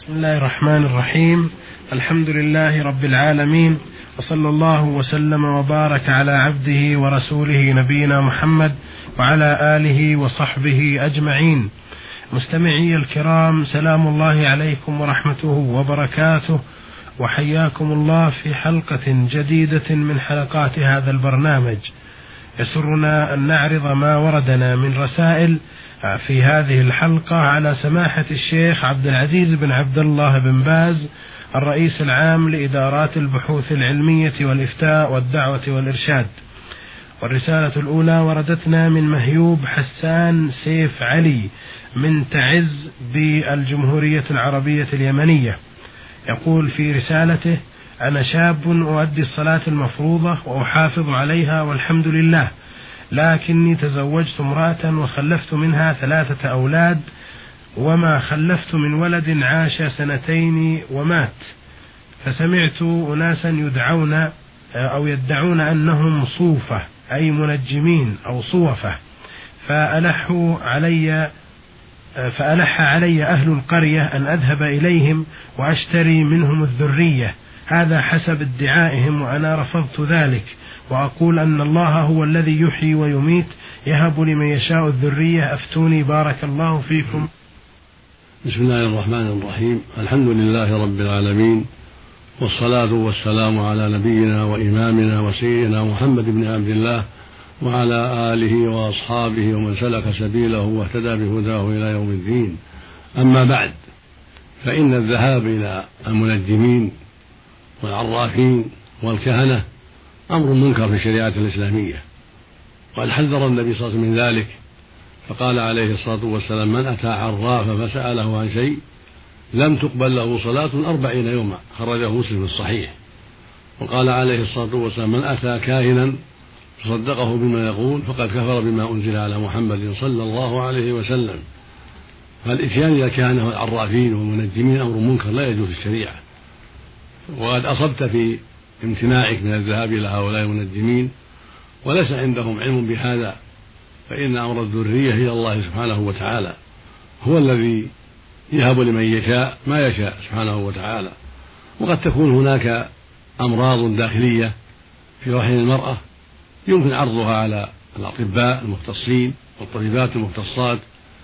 بسم الله الرحمن الرحيم. الحمد لله رب العالمين، وصلى الله وسلم وبارك على عبده ورسوله نبينا محمد وعلى آله وصحبه أجمعين. مستمعي الكرام، سلام الله عليكم ورحمته وبركاته، وحياكم الله في حلقة جديدة من حلقات هذا البرنامج. يسرنا أن نعرض ما وردنا من رسائل في هذه الحلقة على سماحة الشيخ عبد العزيز بن عبد الله بن باز، الرئيس العام لإدارات البحوث العلمية والإفتاء والدعوة والإرشاد. والرسالة الأولى وردتنا من مهيوب حسان سيف علي من تعز بالجمهورية العربية اليمنية. يقول في رسالته: أنا شاب أؤدي الصلاة المفروضة وأحافظ عليها والحمد لله، لكني تزوجت امرأة وخلفت منها 3 أولاد، وما خلفت من ولد عاش 2 ومات. فسمعت أناسا يدعون أنهم صوفة، أي منجمين أو صوفة، فألح علي أهل القرية أن أذهب إليهم وأشتري منهم الذرية، هذا حسب ادعائهم، وأنا رفضت ذلك، وأقول أن الله هو الذي يحيي ويميت، يهب لمن يشاء الذرية، أفتوني بارك الله فيكم. بسم الله الرحمن الرحيم. الحمد لله رب العالمين، والصلاة والسلام على نبينا وإمامنا وسيدنا محمد بن عبد الله وعلى آله وأصحابه ومن سلك سبيله واهتدى بهداه إلى يوم الدين. أما بعد، فإن الذهاب إلى المنجمين والعرافين والكهنة أمر منكر في الشريعة الإسلامية، وقد حذر النبي صلى الله عليه وسلم من ذلك، فقال عليه الصلاة والسلام: من أتى عرافا فسأله عن شيء لم تقبل له صلاة 40 يوما، خرجه مسلم في الصحيح. وقال عليه الصلاة والسلام: من أتى كاهنا فصدقه بما يقول فقد كفر بما أنزل على محمد صلى الله عليه وسلم. فالإتيان إلى الكهنة والعرافين والمنجمين أمر منكر لا يجوز في الشريعة، وقد أصبت في امتناعك من الذهاب إلى هؤلاء المنجمين، وليس عندهم علم بهذا، فإن أمر الذرية إلى الله سبحانه وتعالى، هو الذي يهب لمن يشاء ما يشاء سبحانه وتعالى. وقد تكون هناك أمراض داخلية في رحم المرأة يمكن عرضها على الأطباء المختصين والطبيبات المختصات،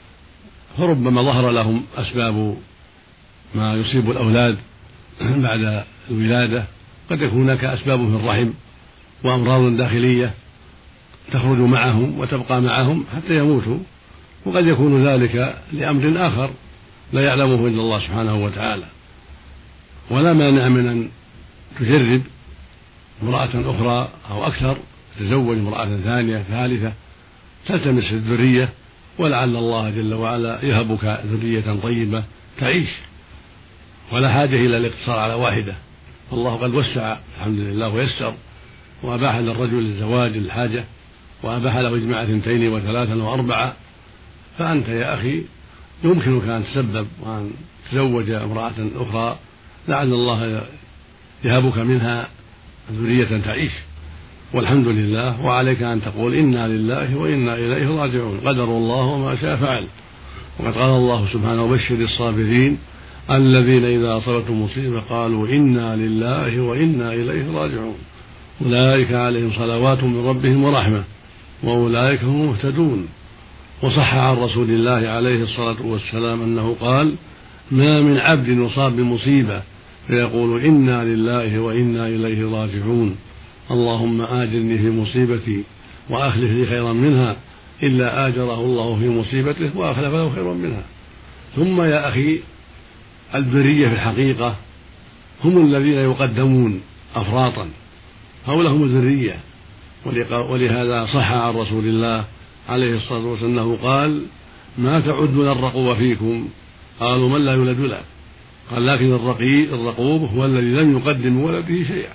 فربما ظهر لهم أسباب ما يصيب الأولاد بعد الولادة. قد يكون هناك أسباب في الرحم وأمراض داخلية تخرج معهم وتبقى معهم حتى يموتوا، وقد يكون ذلك لأمر آخر لا يعلمه إلا الله سبحانه وتعالى. ولا مانع من أن تجرب امرأة أخرى أو أكثر، تتزوج امرأة ثانية ثالثة، تلتمس الذرية، ولعل الله جل وعلا يهبك ذرية طيبة تعيش، ولا حاجة إلى الاقتصار على واحدة. والله قد وسع الحمد لله ويسر، وأباح للرجل الزواج للحاجة، وأباح له إجماع 2 و3 و4. فأنت يا أخي يمكنك أن تسبب وأن تزوج امرأة أخرى، لعل الله يهبك منها ذرية تعيش، والحمد لله. وعليك أن تقول: إنا لله وإنا إليه راجعون، قدر الله وما شاء فعل. وقد قال الله سبحانه: وبشر الصابرين الذين إذا أصابتهم مصيبة قالوا إنا لله وإنا إليه راجعون، أولئك عليهم صلوات من ربهم ورحمة وأولئك هم المهتدون. وصح عن رسول الله عليه الصلاة والسلام أنه قال: ما من عبد يصاب بمصيبة فيقول إنا لله وإنا إليه راجعون، اللهم آجرني في مصيبتي وأخلف لي خيرا منها، إلا آجره الله في مصيبته وأخلف له خيرا منها. ثم يا أخي الذرية في الحقيقة هم الذين يقدمون أفراطا، هؤلاء هم الذرية. ولهذا صح عن رسول الله عليه الصلاة والسلام أنه قال: ما تعدون الرقوب فيكم؟ قالوا: من لا يولد له؟ قال: لكن الرقوب هو الذي لم يقدم من ولده شيئا.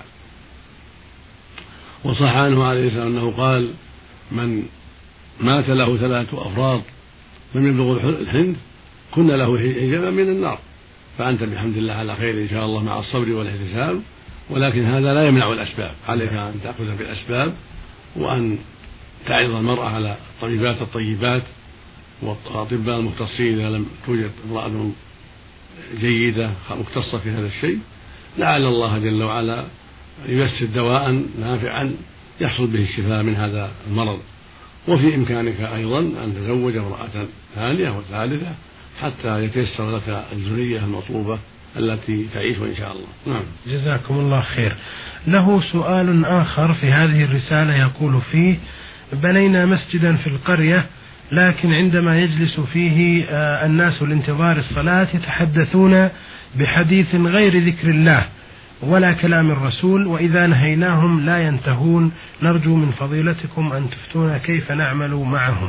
وصح عنه عليه السلام أنه قال: من مات له 3 أفراد لم يبلغ الحنث كن له حجابا من النار. فأنت بحمد الله على خير إن شاء الله مع الصبر والاحتساب، ولكن هذا لا يمنع الأسباب. عليك أن تأخذ بالأسباب، وأن تعرض المرأة على الطبيبات الطيبات والأطباء المختصين إذا لم توجد امرأة جيدة مختصة في هذا الشيء، لعل الله جل وعلا ييسر دواء نافعا يحصل به الشفاء من هذا المرض. وفي إمكانك أيضا أن تزوج امرأة ثانية وثالثة حتى يتيسر لك الذرية المطلوبة التي تعيش إن شاء الله. نعم. جزاكم الله خير. له سؤال آخر في هذه الرسالة يقول فيه: بنينا مسجدا في القرية، لكن عندما يجلس فيه الناس لانتظار الصلاة يتحدثون بحديث غير ذكر الله ولا كلام الرسول، وإذا نهيناهم لا ينتهون. نرجو من فضيلتكم أن تفتونا كيف نعمل معهم.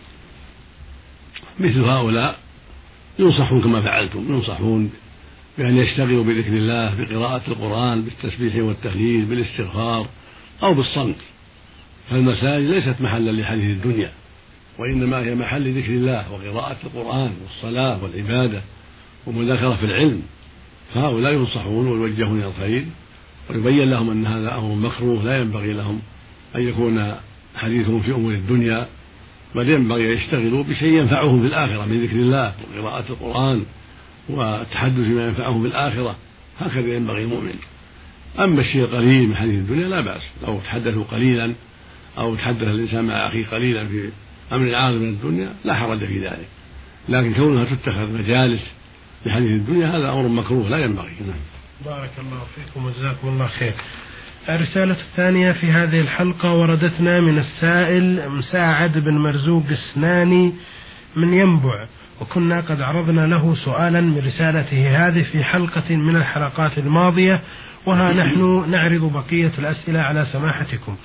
مثل هؤلاء ينصحون كما فعلتم، ينصحون بأن يشتغلوا بذكر الله، بقراءة القرآن، بالتسبيح والتهليل، بالاستغفار، أو بالصمت. فالمساجد ليست محلا لحديث الدنيا، وإنما هي محل ذكر الله وقراءة القرآن والصلاة والعبادة ومذاكرة في العلم. فهؤلاء ينصحون ويوجهون إلى الخير، ويبين لهم أن هذا أمر مكروه، لا ينبغي لهم أن يكون حديثهم في أمور الدنيا، بل ينبغي أن يشتغلوا بشيء ينفعهم في الآخرة من ذكر الله وقراءة القرآن والتحدث بما ينفعهم في الآخرة. هكذا ينبغي المؤمن. أما الشيء القليل من حديث الدنيا لا بأس، لو تحدثوا قليلا أو تحدث الإنسان مع أخيه قليلا في أمر عارض من الدنيا لا حرج في ذلك، لكن كونها تتخذ مجالس لحديث الدنيا هذا أمر مكروه لا ينبغي. بارك الله فيكم وجزاكم الله خير. الرسالة الثانية في هذه الحلقة وردتنا من السائل مساعد بن مرزوق السناني من ينبع، وكنا قد عرضنا له سؤالا من رسالته هذه في حلقة من الحلقات الماضية، وها نحن نعرض بقية الأسئلة على سماحتكم.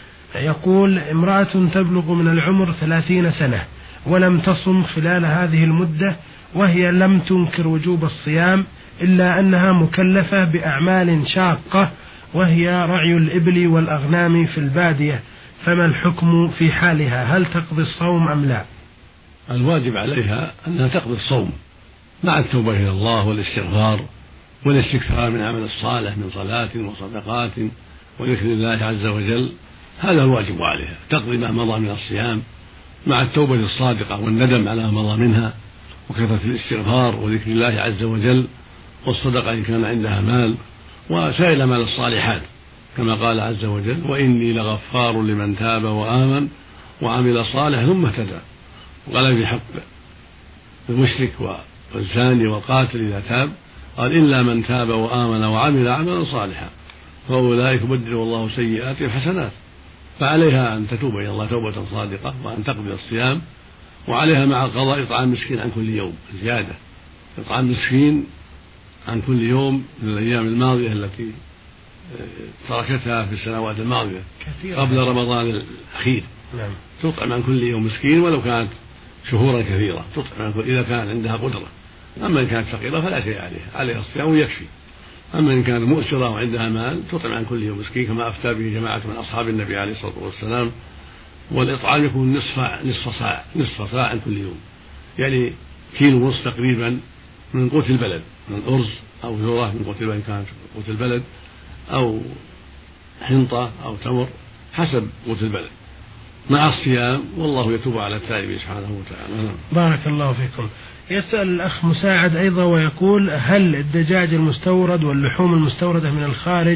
يقول: امرأة تبلغ من العمر 30 سنة ولم تصم خلال هذه المدة، وهي لم تنكر وجوب الصيام، إلا أنها مكلفة بأعمال شاقة وهي رعي الإبل والأغنام في البادية، فما الحكم في حالها؟ هل تقضي الصوم أم لا؟ الواجب عليها أنها تقضي الصوم مع التوبة إلى الله والاستغفار والاستكثار من عمل الصالح من صلاة وصدقات وذكر الله عز وجل. هذا الواجب عليها، تقضي ما مضى من الصيام مع التوبة الصادقة والندم على ما مضى منها، وكثرة الاستغفار وذكر الله عز وجل، والصدقة إن كان عندها مال، وسائر مال الصالحات، كما قال عز وجل: وإني لغفار لمن تاب وآمن وعمل صالحا ثم اهتدى. وقال في حق المشرك والزاني والقاتل إذا تاب قال: إلا من تاب وآمن وعمل عملا صالحا فأولئك يبدل الله سيئاتهم حسنات. فعليها أن تتوب إلى الله توبة صادقة، وأن تقضي الصيام، وعليها مع القضاء إطعام مسكين عن كل يوم زيادة، إطعام مسكين عن كل يوم من الأيام الماضية التي تركتها في السنوات الماضية قبل رمضان الأخير. تطعم عن كل يوم مسكين ولو كانت شهورا كثيرة، تطعم إذا كان عندها قدرة. أما إن كانت فقيرة فلا شيء عليها الصيام ويكفي. أما إن كانت مؤسرة وعندها مال تطعم عن كل يوم مسكين، كما أفتى به جماعة من أصحاب النبي عليه الصلاة والسلام. والإطعام يكون نصف صاع عن كل يوم، يعني كيلو ونصف تقريبا من قوت البلد، من الأرز أو ذرة من قوت البلد كانت قوت البلد، أو حنطة أو تمر حسب قوت البلد مع الصيام، والله يتوب على التائبين سبحانه وتعالى. بارك الله فيكم. يسأل الأخ مساعد أيضا ويقول: هل الدجاج المستورد واللحوم المستوردة من الخارج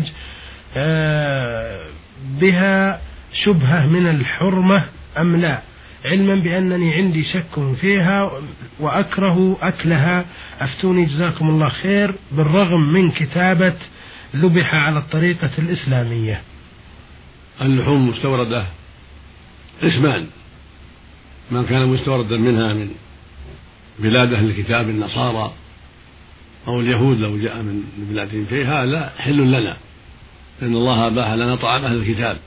بها شبهة من الحرمة أم لا؟ علما بأنني عندي شك فيها وأكره أكلها، أفتوني جزاكم الله خير، بالرغم من كتابة ذبح على الطريقة الإسلامية. اللحوم المستوردة قسمان: ما كان مستوردا منها من بلاد أهل الكتاب النصارى أو اليهود لو جاء من بلادهم شيء، هذا حل لنا، لأن الله أباح لنا طعام أهل الكتاب،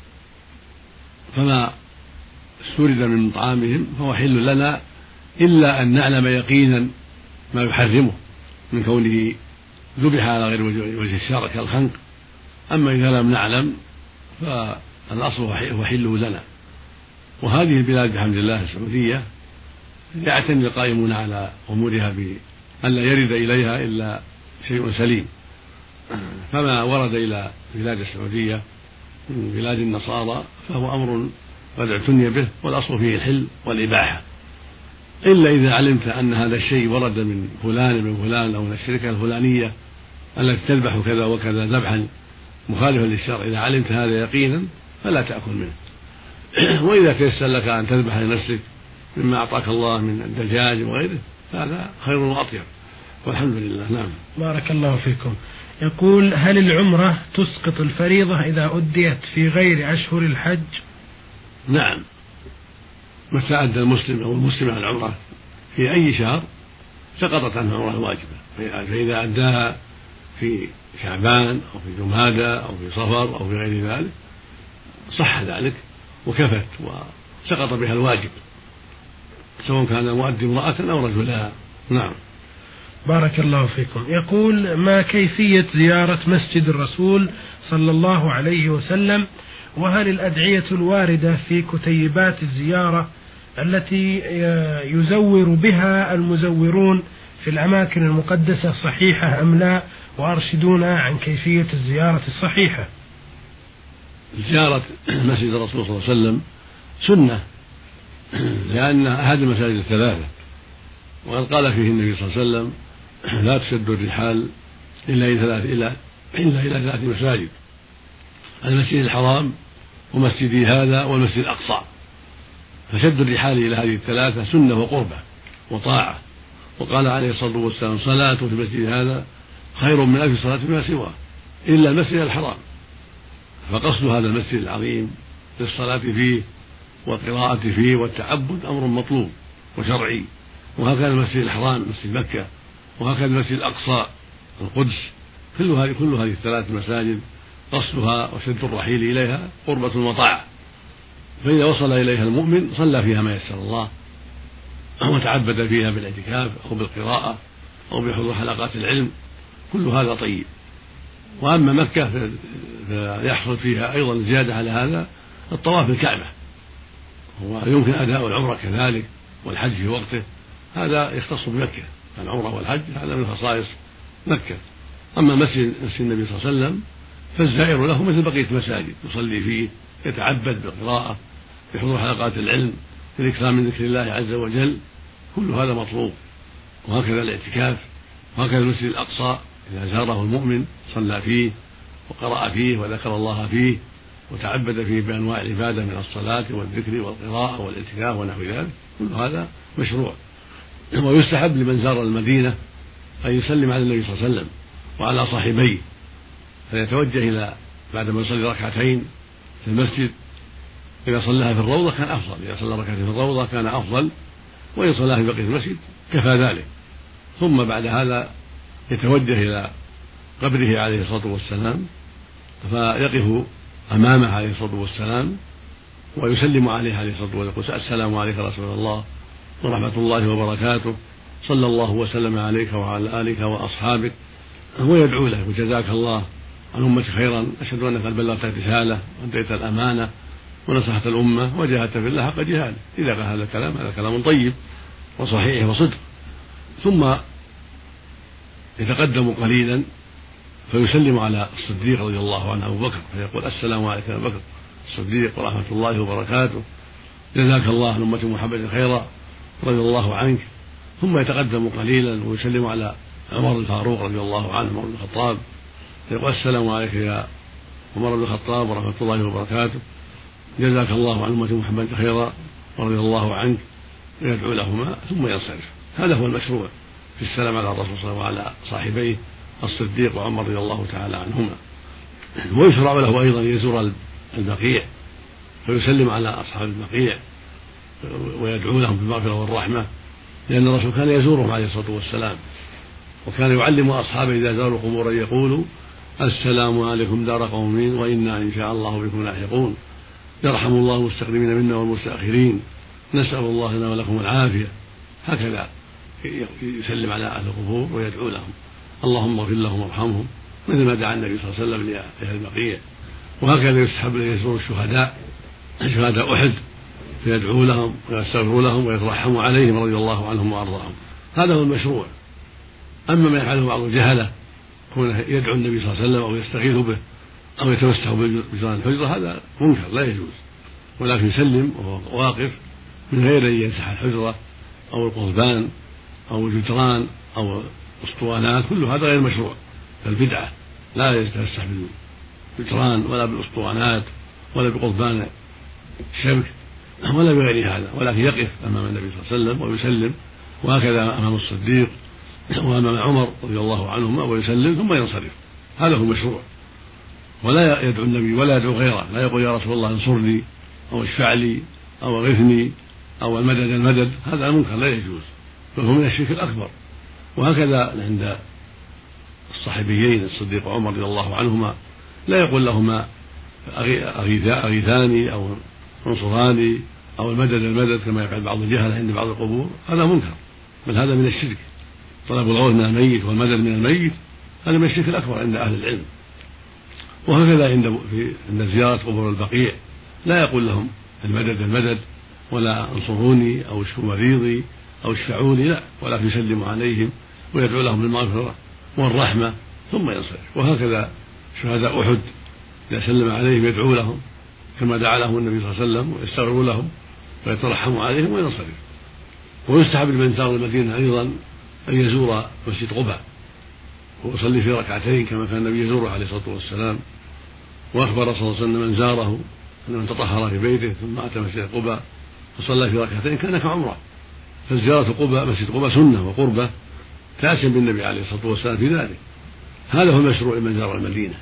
فما استورد من طعامهم فهو حل لنا، إلا أن نعلم يقينا ما يحرمه من كونه ذبح على غير وجه الشرع كالخنق. أما إذا لم نعلم فالأصل هو حله لنا. وهذه البلاد بحمد الله السعودية يعتني القائمون على أمورها بأن لا يرد إليها إلا شيء سليم، فما ورد إلى بلاد السعودية من بلاد النصارى فهو أمر قد اعتني به، والأصل فيه الحل والإباحة. إلا إذا علمت أن هذا الشيء ورد من فلان بن فلان أو من الشركة الفلانية التي تذبح كذا وكذا ذبحا مخالفا للشرع، إذا علمت هذا يقينا فلا تأكل منه. وإذا تيسر لك أن تذبح لنفسك مما أعطاك الله من الدجاج وغيره هذا خير وأطيب، والحمد لله. نعم. بارك الله فيكم. يقول: هل العمرة تسقط الفريضة إذا أديت في غير أشهر الحج؟ نعم، متى أدى المسلم أو المسلمة العمرة في أي شهر سقطت عنه العمرة الواجبة، فإذا أداها في شعبان أو في جمادى أو في صفر أو في غير ذلك صح ذلك وكفت وسقط بها الواجب، سواء كان المؤدي امرأة أو رجلا. نعم. بارك الله فيكم. يقول: ما كيفية زيارة مسجد الرسول صلى الله عليه وسلم؟ وهل الأدعية الواردة في كتيبات الزيارة التي يزور بها المزورون في الأماكن المقدسة صحيحة أم لا؟ وأرشدونا عن كيفية الزيارة الصحيحة. زيارة مسجد الرسول صلى الله عليه وسلم سنة، لأن هذه المساجد الثلاثة، وقد قال فيه النبي صلى الله عليه وسلم: لا تشد الرحال إلا إلى ثلاث مساجد: المسجد الحرام ومسجدي هذا والمسجد الأقصى. فشد الرحال إلى هذه الثلاثة سنة وقربة وطاعة. وقال عليه الصلاة والسلام: صلاة في المسجد هذا خير من 1000 صلاة فيما سواه إلا المسجد الحرام. فقصد هذا المسجد العظيم للصلاة فيه والقراءة فيه والتعبد أمر مطلوب وشرعي. وهكذا المسجد الحرام مسجد مكة، وهكذا المسجد الأقصى القدس. كل هذه الثلاث مساجد قصدها وشد الرحيل إليها قربة وطاعة. فإذا وصل إليها المؤمن صلى فيها ما يسر الله، وتعبد فيها بالاعتكاف أو بالقراءة أو بحضور حلقات العلم، كل هذا طيب. وأما مكة فيحصل فيها أيضا زيادة على هذا الطواف بالكعبة، ويمكن أداء العمرة كذلك والحج في وقته، هذا يختص بمكة. العمرة والحج هذا من خصائص مكة. أما مسجد النبي صلى الله عليه وسلم فالزائر له مثل بقية المساجد، يصلي فيه، يتعبد بالقراءة، بحضور حلقات العلم، بالإكثار من ذكر الله عز وجل، كل هذا مطلوب. وهكذا الاعتكاف، وهكذا المسجد الأقصى إذا زاره المؤمن صلى فيه وقرأ فيه وذكر الله فيه وتعبد فيه بأنواع العبادة من الصلاة والذكر والقراءة والاعتكاف ونحو ذلك، كل هذا مشروع. ويستحب لمن زار المدينة أن يسلم على النبي صلى الله عليه وسلم وعلى صاحبيه، فيتوجه إلى بعد ما يصلي ركعتين في المسجد. إذا صلىها في الروضة كان أفضل، إذا صلى ركعتين في الروضة كان أفضل، وإن صلىها في بقية المسجد كفى ذلك. ثم بعد هذا يتوجه إلى قبره عليه الصلاة والسلام، فيقف أمامه عليه الصلاة والسلام ويسلم عليه عليه الصلاة والسلام، يقول: السلام عليك رسول الله ورحمة الله وبركاته، صلى الله وسلم عليك وعلى آلك وأصحابك، ويدعو له: وجزاك الله عن أمة خيرا، أشهد أنك قد بلغت الرسالة وأديت الأمانة ونصحت الأمة وجاهدت في الله حق جهاده. إذا قال هذا الكلام، هذا كلام طيب وصحيح وصدق. ثم يتقدم قليلا فيسلم على الصديق رضي الله عنه أبو بكر، فيقول: السلام عليك يا أبو بكر الصديق ورحمة الله وبركاته، جزاك الله عن أمة محمد خيرا، رضي الله عنك. ثم يتقدم قليلا ويسلم على عمر الفاروق رضي الله عنه، عمر بن الخطاب، فيقول: السلام عليك يا عمر بن الخطاب ورحمة الله وبركاته، جزاك الله عن أمة محمد خيرا ورضي الله عنك، ويدعو لهما ثم ينصرف. هذا هو المشروع في السلام على الرسول صلى الله عليه وسلم وعلى صاحبيه الصديق وعمر رضي الله تعالى عنهما. ويشرع له أيضا يزور البقيع فيسلم على أصحاب البقيع ويدعو لهم بالمغفرة والرحمة، لأن الرسول كان يزورهم عليه الصلاة والسلام، وكان يعلم أصحابه إذا زاروا قبورا يقولوا: السلام عليكم دار قوم وإنا إن شاء الله بكم لاحقون، يرحم الله المستقدمين منا والمستأخرين، نسأل الله لنا ولكم العافية. هكذا يسلم على أهل القبور ويدعو لهم: اللهم اغفر لهم وارحمهم، مثل ما دعا النبي صلى الله عليه وسلم لأهل البقيع. وهكذا يستحب أن يزور الشهداء، شهداء أحد، فيدعو لهم ويستغفر لهم ويترحم عليهم رضي الله عنهم وأرضاهم. هذا هو المشروع. أما ما يفعله بعض الجهلة كونه يدعو النبي صلى الله عليه وسلم أو يستغيث به أو يتمسح بجدران الحجرة، هذا منكر لا يجوز، ولكن يسلم وهو واقف من غير أن يمسح الحجرة أو القضبان أو الجدران أو الأسطوانات، كل هذا غير مشروع، فالبدعة لا يتفسح بالجدران ولا بالأسطوانات ولا بقضبان الشبك ولا بغير هذا، ولكن يقف أمام النبي صلى الله عليه وسلم ويسلم، وهكذا أمام الصديق وأمام عمر رضي الله عنهما ويسلم ثم ينصرف. هذا هو المشروع، ولا يدعو النبي ولا يدعو غيره، لا يقول يا رسول الله انصرني أو اشفع لي أو اغثني أو المدد، هذا منكر لا يجوز، فهو من الشرك الأكبر. وهكذا عند الصحابيين الصديق وعمر رضي الله عنهما لا يقول لهما أغيثاني أو انصراني أو المدد كما يفعل بعض الجهل عند بعض القبور، هذا منكر، بل هذا من الشرك. طلب الغوث من الميت والمدد من الميت هذا من الشرك الأكبر عند أهل العلم. وهكذا عند زيارة قبور البقيع لا يقول لهم المدد ولا انصروني أو اشفوا مريضي أو اشفعوا لي، لا، ولكن يسلم عليهم ويدعو لهم بالمغفرة والرحمة ثم ينصرف. وهكذا شهداء أحد إذا سلم عليهم يدعو لهم كما دعا لهم النبي صلى الله عليه وسلم ويستغفر لهم ويترحم عليهم وينصرف. ويستحب لمن زار المدينة أيضا أن يزور مسجد قباء ويصلي في ركعتين كما كان النبي يزوره عليه الصلاة والسلام. وأخبر صلى الله عليه وسلم من زاره أن من تطهر في بيته ثم أتى مسجد قباء وصلى في ركعتين كان كعمرة. فزيارة قباء مسجد قباء سنة وقربة تأسم بالنبي عليه الصلاة والسلام في ذلك. هذا هو المشروع لمن زار المدينة.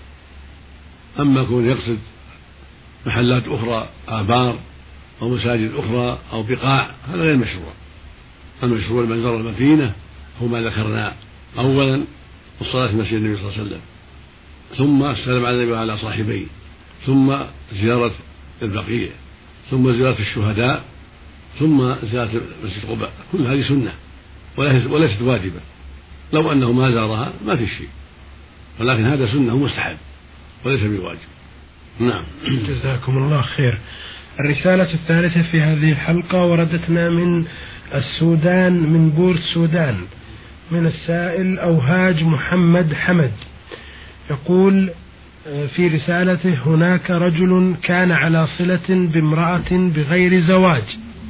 أما كون يقصد محلات أخرى آبار أو مساجد أخرى أو بقاع هذا غير مشروع. المشروع لمن زار المدينة هو ما ذكرنا: أولا الصلاة في مسجد النبي صلى الله عليه وسلم، ثم السلام على النبي وعلى صاحبيه، ثم زيارة البقيع، ثم زيارة الشهداء، ثم زيارة مسجد قباء. كل هذه سنة وليست واجبة. لو أنه ما زارها ما في شيء، ولكن هذا سنة مستحب وليس بواجب. نعم. جزاكم الله خير. الرسالة الثالثة في هذه الحلقة وردتنا من السودان، من بورت سودان، من السائل أوهاج محمد حمد. يقول في رسالته: هناك رجل كان على صلة بامرأة بغير زواج،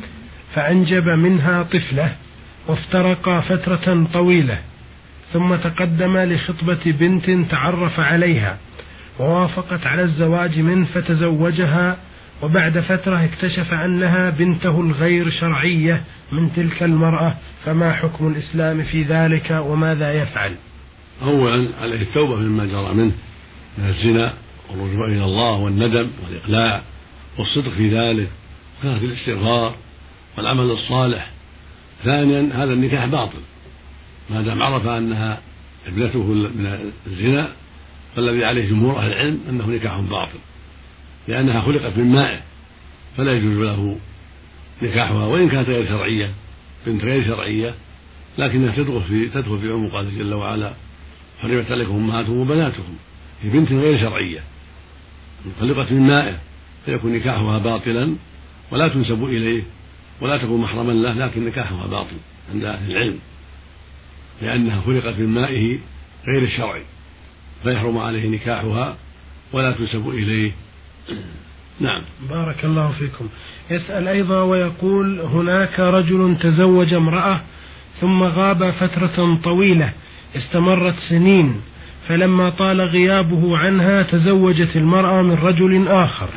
فأنجب منها طفلة، وافترقا فترة طويلة، ثم تقدم لخطبة بنت تعرف عليها ووافقت على الزواج منه فتزوجها، وبعد فترة اكتشف أنها بنته الغير شرعية من تلك المرأة، فما حكم الإسلام في ذلك وماذا يفعل؟ أولا عليه التوبة مما جرى منه من الزنا والرجوع إلى الله والندم والإقلاع والصدق في ذلك، كانت الاستغفار والعمل الصالح. ثانيا هذا النكاح باطل ما دام عرف أنها ابنته من الزنا، فالذي عليه جمهور أهل العلم أنه نكاح باطل، لأنها خلقت من مائه، فلا يجوز له نكاحها وإن كانت غير شرعية، بنت غير شرعية، لكنها تدخل في عموم قوله جل وعلا: حرمت عليكم أمهاتهم وبناتكم. هي بنت غير شرعية خلقت من مائه، فيكون نكاحها باطلا ولا تنسب إليه ولا تكون محرما له، لكن نكاحها باطل عند أهل العلم، لأنها خلقت من مائه غير الشرعي، فيحرم عليه نكاحها ولا تنسب إليه. نعم. بارك الله فيكم. يسأل أيضا ويقول: هناك رجل تزوج امرأة ثم غاب فترة طويلة استمرت سنين، فلما طال غيابه عنها تزوجت المرأة من رجل آخر.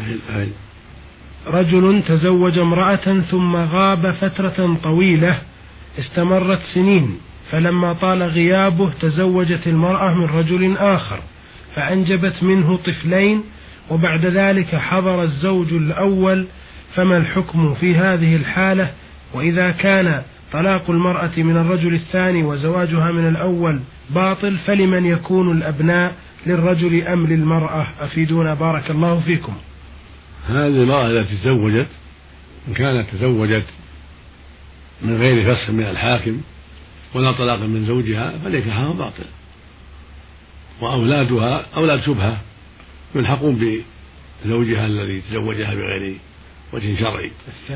رجل تزوج امرأة ثم غاب فترة طويلة استمرت سنين، فلما طال غيابه تزوجت المرأة من رجل آخر فأنجبت منه طفلين، وبعد ذلك حضر الزوج الأول، فما الحكم في هذه الحالة؟ وإذا كان طلاق المرأة من الرجل الثاني وزواجها من الأول باطل، فلمن يكون الأبناء، للرجل أم للمرأة؟ أفيدونا بارك الله فيكم. هذه المرأة التي تزوجت إن كانت تزوجت من غير فسخ من الحاكم ولا طلاق من زوجها فنكاحها باطل، وأولادها أولاد شبهة يلحقون بزوجها الذي تزوجها بغير وجه شرعي،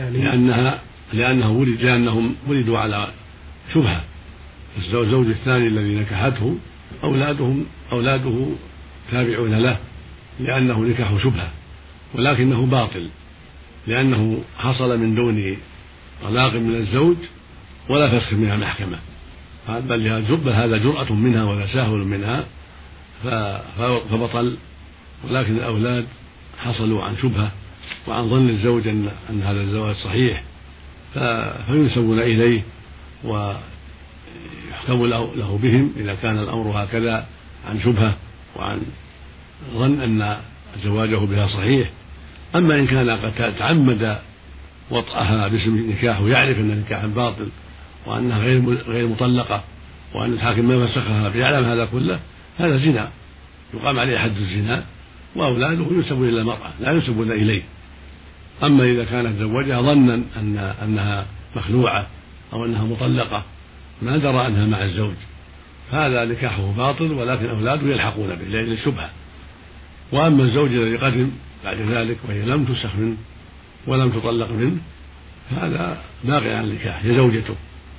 لأنهم ولدوا على شبهة. الزوج الثاني الذي نكحته أولاده تابعون له لأنه نكاح شبهة، ولكنه باطل لأنه حصل من دون طلاق من الزوج ولا تسخر منها المحكمة، بل هذا جرأة منها وتساهل منها فبطل. ولكن الأولاد حصلوا عن شبهة وعن ظن الزوج أن هذا الزواج صحيح، فينسبون إليه ويحكم له بهم إذا كان الأمر هكذا عن شبهة وعن ظن أن زواجه بها صحيح. أما إن كان قد تعمد وطئها باسم النكاح ويعرف أن النكاح باطل وأنها غير مطلقة وأن الحاكم ما فسخها بيعلم هذا كله، هذا زنا يقام عليه حد الزنا، وأولاده ينسبون إلى المرأة لا ينسبون إليه. أما إذا كانت زوجها ظنا أنها مخلوعة أو أنها مطلقة ما درى أنها مع الزوج، فهذا نكاحه باطل، ولكن أولاده يلحقون به لأجل الشبهة. وأما الزوج الذي قدم بعد ذلك وهي لم تسخ منه ولم تطلق منه، فهذا باقي عن النكاح، هي زوجته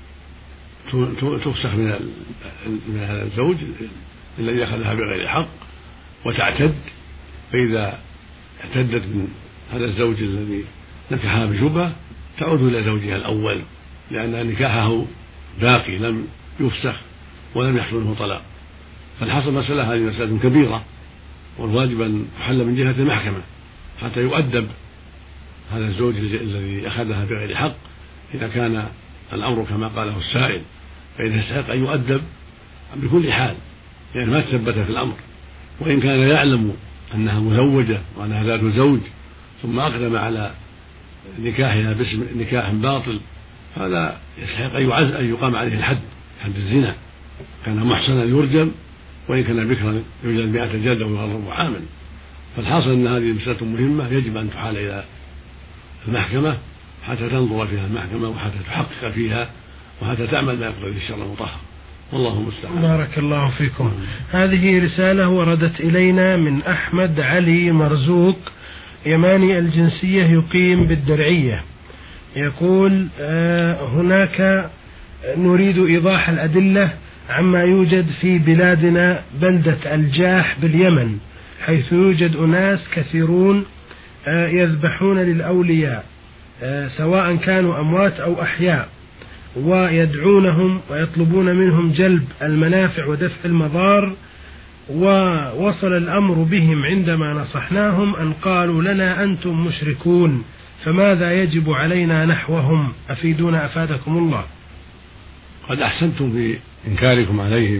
تفسخ من هذا الزوج الذي أخذها بغير حق وتعتد، فإذا اعتدت من هذا الزوج الذي نكحها بشبهة تعود إلى زوجها الأول، لأن نكاحه باقي لم يفسخ ولم يحصل له طلاق. فالحصل مسألة هذه مسألة كبيرة، والواجب أن تحل من جهة المحكمة حتى يؤدب هذا الزوج الذي أخذها بغير حق إذا كان الأمر كما قاله السائل، فإنه يستحق أن يؤدب بكل حال لأن ما تثبت في الأمر. وإن كان يعلم أنها مزوجة وأنها ذات زوج ثم أقدم على نكاحها باسم نكاح باطل، هذا يستحق أن يقام عليه الحد، حد الزنا. كان محصنا يرجم، وإن كان بكرا يجلد 100 جلدة ويغرب عاما. فالحاصل أن هذه مسألة مهمة يجب أن تحال إلى المحكمة حتى تنظر فيها المحكمة وحتى تحقق فيها وحتى تعمل ما يقتضي الشرع المطهر، والله المستعان. بارك الله فيكم. هذه رسالة وردت إلينا من أحمد علي مرزوق يماني الجنسية يقيم بالدرعية، يقول هناك نريد إيضاح الأدلة عما يوجد في بلادنا بلدة الجاح باليمن، حيث يوجد أناس كثيرون يذبحون للأولياء سواء كانوا أموات أو أحياء، ويدعونهم ويطلبون منهم جلب المنافع ودفع المضار. ووصل الأمر بهم عندما نصحناهم أن قالوا لنا أنتم مشركون، فماذا يجب علينا نحوهم؟ أفيدونا أفادكم الله. قد أحسنتم في إنكاركم عليهم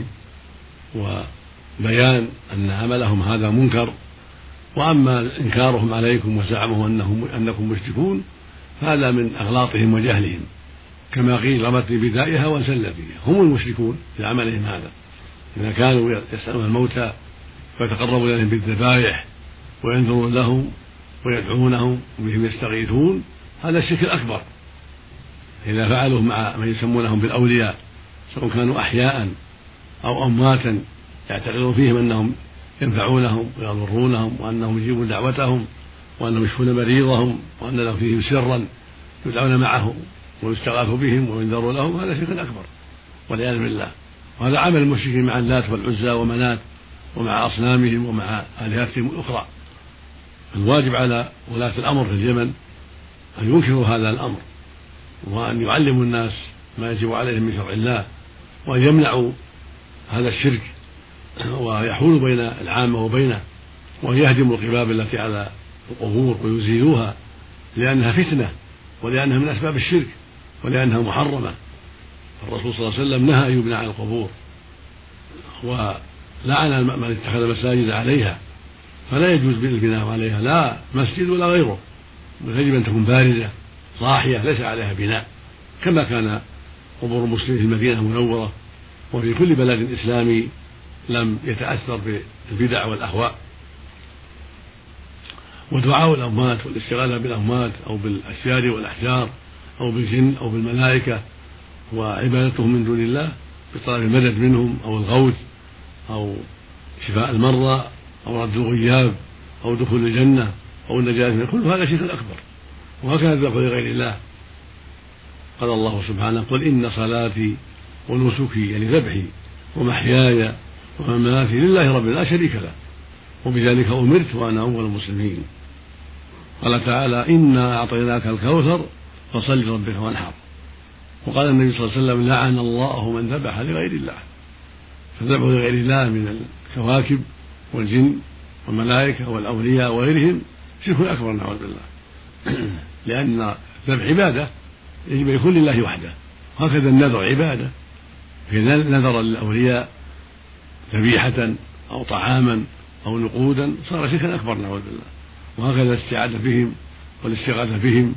وبيان أن عملهم هذا منكر، وأما إنكارهم عليكم وزعمهم أنكم مشركون فهذا من أغلاطهم وجهلهم، كما قيل رمت بدائها وانسل فيها، هم المشركون في عملهم هذا. إذا كانوا يسألون الموتى ويتقربون إليهم بالذبائح وينذرون لهم ويدعونهم وبهم يستغيثون، هذا الشرك الأكبر. إذا فعلوا مع من يسمونهم بالأولياء سواء كانوا أحياء أو أمواتا يعتقدون فيهم أنهم ينفعونهم ويضرونهم وأنهم يجيبون دعوتهم وأنهم يشفون مريضهم وأن لهم فيهم سرا يدعون معه ويستغاث بهم وينذر لهم، هذا شرك أكبر والعياذ بالله. وهذا عمل المشركين مع اللات والعزى ومنات ومع أصنامهم ومع آلهتهم الأخرى. الواجب على ولاة الأمر في اليمن أن ينكروا هذا الأمر وأن يعلموا الناس ما يجب عليهم من شرع الله، وأن يمنعوا هذا الشرك ويحولوا بين العامة وبينه، وأن يهدموا القباب التي على القبور ويزيلوها، لأنها فتنة ولأنها من أسباب الشرك ولأنها محرمة. الرسول صلى الله عليه وسلم نهى أن يبنى على القبور ولعن من اتخذ مساجد عليها، فلا يجوز البناء عليها لا مسجد ولا غيره، يجب أن تكون بارزة صاحية ليس عليها بناء، كما كان قبور المسلمين في المدينة المنورة وفي كل بلد إسلامي لم يتأثر بالبدع والأهواء. ودعاء الأموات والاستغاثة بالأموات أو بالأشجار والأحجار أو بالجن أو بالملائكة وعبادتهم من دون الله بطلب المدد منهم أو الغوث أو شفاء المرضى أو رد الغياب أو دخول الجنة أو النجاة من كل هذا شرك أكبر، وهكذا الذبح لغير الله. قال الله سبحانه: قل إن صلاتي ونسكي يعني ذبحي ومحياي ومماتي لله رب لا شريك له وبذلك أمرت وأنا أول المسلمين. قال تعالى: إنا أعطيناك الكوثر فصل لربك وانحر. وقال النبي صلى الله عليه وسلم لعن الله من ذبح لغير الله. فالذبح لغير الله من الكواكب والجن والملائكة والأولياء وغيرهم شرك أكبر نعوذ بالله، لأن الذبح عبادة يجب يكون لله وحده، وهكذا النذر عبادة، فإذا نذر للأولياء ذبيحة أو طعاما أو نقودا صار شركا أكبر نعوذ بالله. وهكذا الاستعاذة بهم والاستغاثة بهم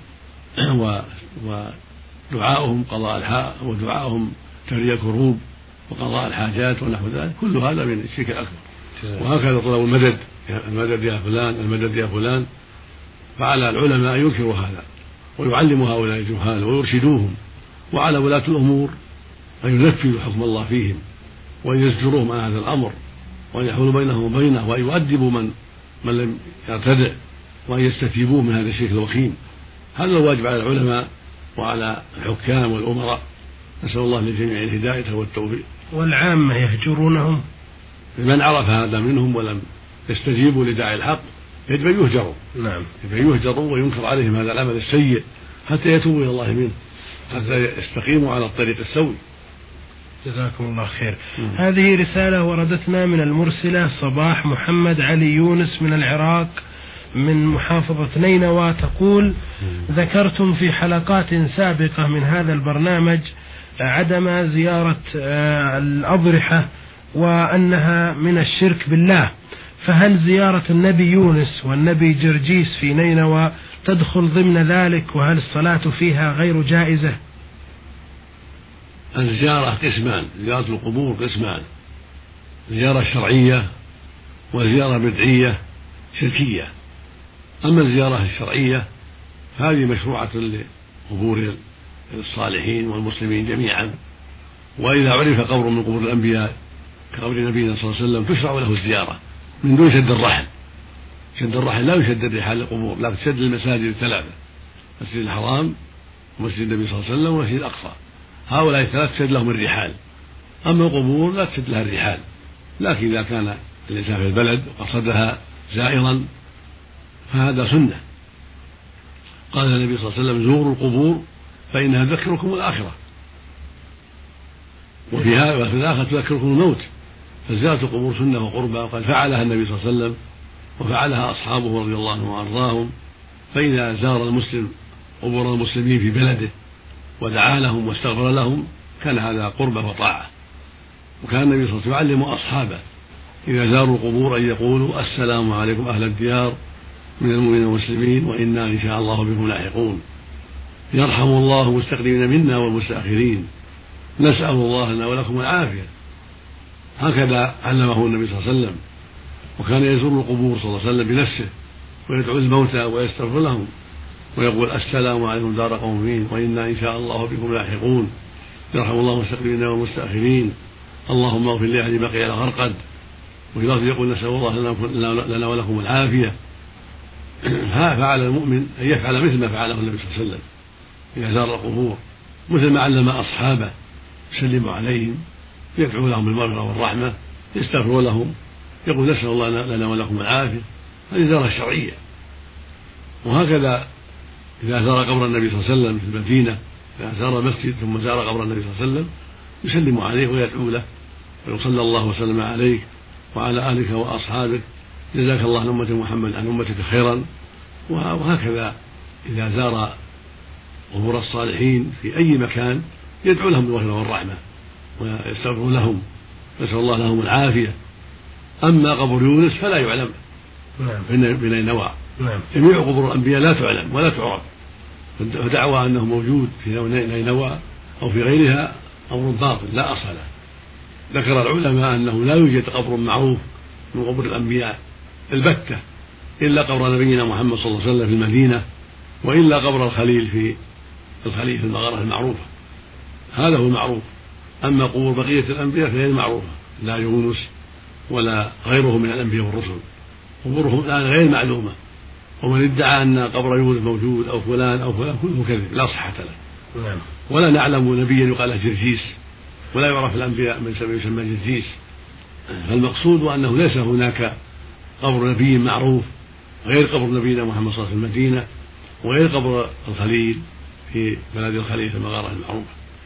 ودعاؤهم قضاء الحاجات ودعاؤهم تفريج الكروب وقضاء الحاجات ونحو ذلك، كل هذا من الشرك الأكبر. وهكذا طلب المدد، المدد يا فلان، المدد يا فلان. فعلى العلماء أن ينكروا هذا ويعلموا هؤلاء الجهال ويرشدوهم، وعلى ولاة الأمور أن ينفذوا حكم الله فيهم وأن يزجروهم عن هذا الأمر وأن يحولوا بينهم وبينه وأن يؤدبوا من لم يرتدع وأن يستتيبوه من هذا الشرك الوخيم. هذا الواجب على العلماء وعلى الحكام والأمراء. نسأل الله للجميع الهداية والتوفيق. والعامة يهجرونهم؟ من عرف هذا منهم ولم يستجيبوا لداعي الحق يجب أن يهجروا. نعم، يجب أن يهجروا وينكر عليهم هذا العمل السيء حتى يتوبوا إلى الله منه، حتى يستقيموا على الطريق السوي. جزاكم الله خير. هذه رسالة وردتنا من المرسلة صباح محمد علي يونس من العراق من محافظة نينوى، تقول: ذكرتم في حلقات سابقة من هذا البرنامج عدم زيارة الأضرحة وأنها من الشرك بالله، فهل زيارة النبي يونس والنبي جرجيس في نينوى تدخل ضمن ذلك؟ وهل الصلاة فيها غير جائزة؟ الزيارة قسمان، زيارة القبور قسمان: زيارة شرعية وزيارة بدعية شركية. أما الزيارة الشرعية فهذه مشروعة لقبور الصالحين والمسلمين جميعا، وإذا عرف قبر من قبور الأنبياء كقبر نبينا صلى الله عليه وسلم تشرع له الزيارة من دون شد الرحل. شد الرحل لا يشد الرحال للقبور، لكن تشد المساجد الثلاثة: مسجد الحرام ومسجد النبي صلى الله عليه وسلم ومسجد الأقصى. هؤلاء الثلاث تشد لهم الرحال. أما القبور لا تشد لها الرحال، لكن إذا كان الإنسان في البلد وقصدها زائرا فهذا سنة. قال النبي صلى الله عليه وسلم: زوروا القبور فإنها تذكركم الآخرة، وفي الآخرة تذكركم الموت. فزيارة القبور سنة وقربى، وقد فعلها النبي صلى الله عليه وسلم وفعلها أصحابه رضي الله عنهم وأرضاهم. فإذا زار المسلم قبور المسلمين في بلده ودعا لهم واستغفر لهم كان هذا قربة وطاعة. وكان النبي صلى الله عليه وسلم يعلم أصحابه إذا زاروا القبور أن يقولوا: السلام عليكم أهل الديار من المؤمنين والمسلمين وإنا إن شاء الله بكم لاحقون، يرحم الله المستقدمين منا والمستأخرين، نسأل الله لنا ولكم العافية. هكذا علمه النبي صلى الله عليه وسلم. وكان يزور القبور صلى الله عليه وسلم بنفسه ويدعو الموتى ويستغفر لهم ويقول: السلام عليكم دار قوم مؤمنين وإنا إن شاء الله بكم لاحقون، يرحم الله المستقدمين والمستأخرين، اللهم اغفر لأهل بقيع الغرقد. وفي لفظ يقول: نسأل الله لنا ولكم العافية. فعل المؤمن أن يفعل مثل ما فعله النبي صلى الله عليه وسلم إذا زار القبور، مثل ما علم أصحابه، يسلم عليهم، يدعو لهم بالمغفرة والرحمة، يستغفر لهم، يقول: نسأل الله لنا ولكم العافية. هذه زيارة شرعية. وهكذا إذا زار قبر النبي صلى الله عليه وسلم في المدينة، إذا زار المسجد ثم زار قبر النبي صلى الله عليه وسلم يسلم عليه ويدعو له ويقول: صلى الله وسلم عليك وعلى آلك وأصحابك، جزاك الله عن أمة محمد عن أمتك خيرا. وهكذا إذا زار قبور الصالحين في أي مكان يدعو لهم بالمغفرة والرحمة ويستغفر لهم، نسأل الله لهم العافية. أما قبر يونس فلا يعلم بنينوى. جميع قبور الأنبياء لا تعلم ولا تعرف، فدعوى أنه موجود في نينوى أو في غيرها أمر باطل لا أصل له. ذكر العلماء أنه لا يوجد قبر معروف من قبور الأنبياء البتة إلا قبر نبينا محمد صلى الله عليه وسلم في المدينة، وإلا قبر الخليل في المغارة المعروفة، هذا هو المعروف. أما قبور بقية الأنبياء فهي المعروفة، لا يونس ولا غيره من الأنبياء والرسل، قبورهم الآن غير معلومة. ومن ادعى أن قبر يونس موجود أو فلان أو فلان كله كذب لا صحة له. ولا نعلم نبيا يقال له جرجيس، ولا يعرف الأنبياء من يسمى جرجيس. فالمقصود أنه ليس هناك قبر نبي معروف غير قبر نبينا محمد صلى الله عليه وسلم في المدينة، وغير قبر الخليل في بلد الخليل في المغارة المعروفة.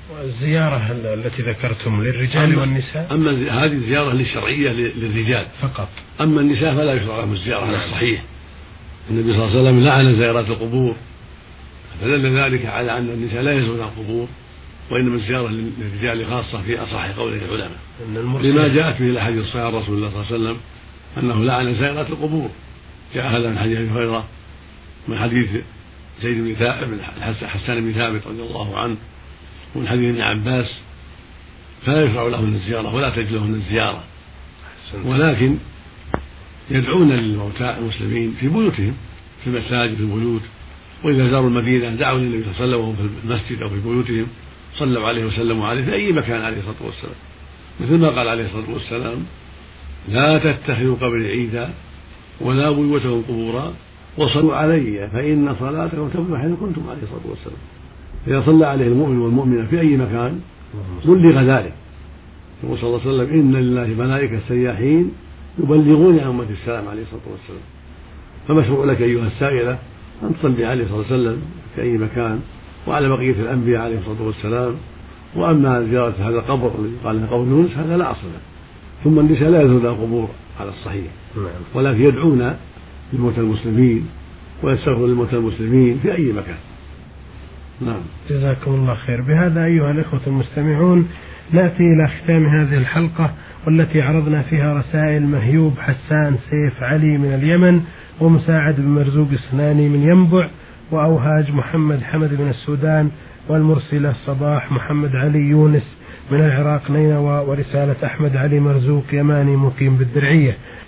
والزيارة التي ذكرتم للرجال والنساء؟ أما هذه الزيارة للشرعية للرجال فقط، أما النساء فلا يشرع لهم الزيارة على الصحيح. النبي صلى الله عليه وسلم لعن زائرات القبور، فدل ذلك على أن النساء لا يزورن القبور، وإنما الزيارة للرجال خاصة في أصح قول العلماء، لما جاءت به الأحاديث الصحيحة عن رسول الله صلى الله عليه وسلم أنه لعن زائرات القبور. جاء هذا من حديث أبي هريرة، من حديث زيد بن ثابت بن حسان بن ثابت رضي الله عنه، ومن حديث ابن عباس، فلا يشرع لهن الزيارة ولا تجوز لهن الزيارة، ولكن يدعون للموتى المسلمين في بيوتهم، في المساجد في البيوت، وإذا زاروا المدينة دعوا للنبي صلى الله عليه وسلم وهم في المسجد أو في بيوتهم، صلوا عليه وسلموا عليه في أي مكان عليه الصلاة والسلام، مثل ما قال عليه الصلاة والسلام: لا تتخذوا قبري عيدا ولا بيوتهم قبورا وصلوا علي فإن صلاتكم تبلغ حيث كنتم عليه الصلاة والسلام. إذا صلى عليه المؤمن والمؤمنة في أي مكان بلغ ذلك. يقول صلى الله عليه وسلم: إن لله ملائكة سياحين يبلغون عن أمة السلام عليه الصلاة والسلام. فمشروع لك أيها السائلة أن تصلي عليه صلى الله عليه وسلم في أي مكان وعلى بقية الأنبياء عليه الصلاة والسلام. وأما زيارة هذا القبر الذي قال له قبر يونس هذا لا أصل له. ثم النساء لا يزورن القبور على الصحيح، ولكن يدعون للموتى المسلمين ويستغفرون للموتى المسلمين في أي مكان. نعم. جزاكم الله خير. بهذا أيها الإخوة المستمعون نأتي إلى ختام هذه الحلقة، والتي عرضنا فيها رسائل مهيوب حسان سيف علي من اليمن، ومساعد بن مرزوق السناني من ينبع، وأوهاج محمد حمد من السودان، والمرسلة صباح محمد علي يونس من العراق نينوى، ورسالة أحمد علي مرزوق يماني مقيم بالدرعية.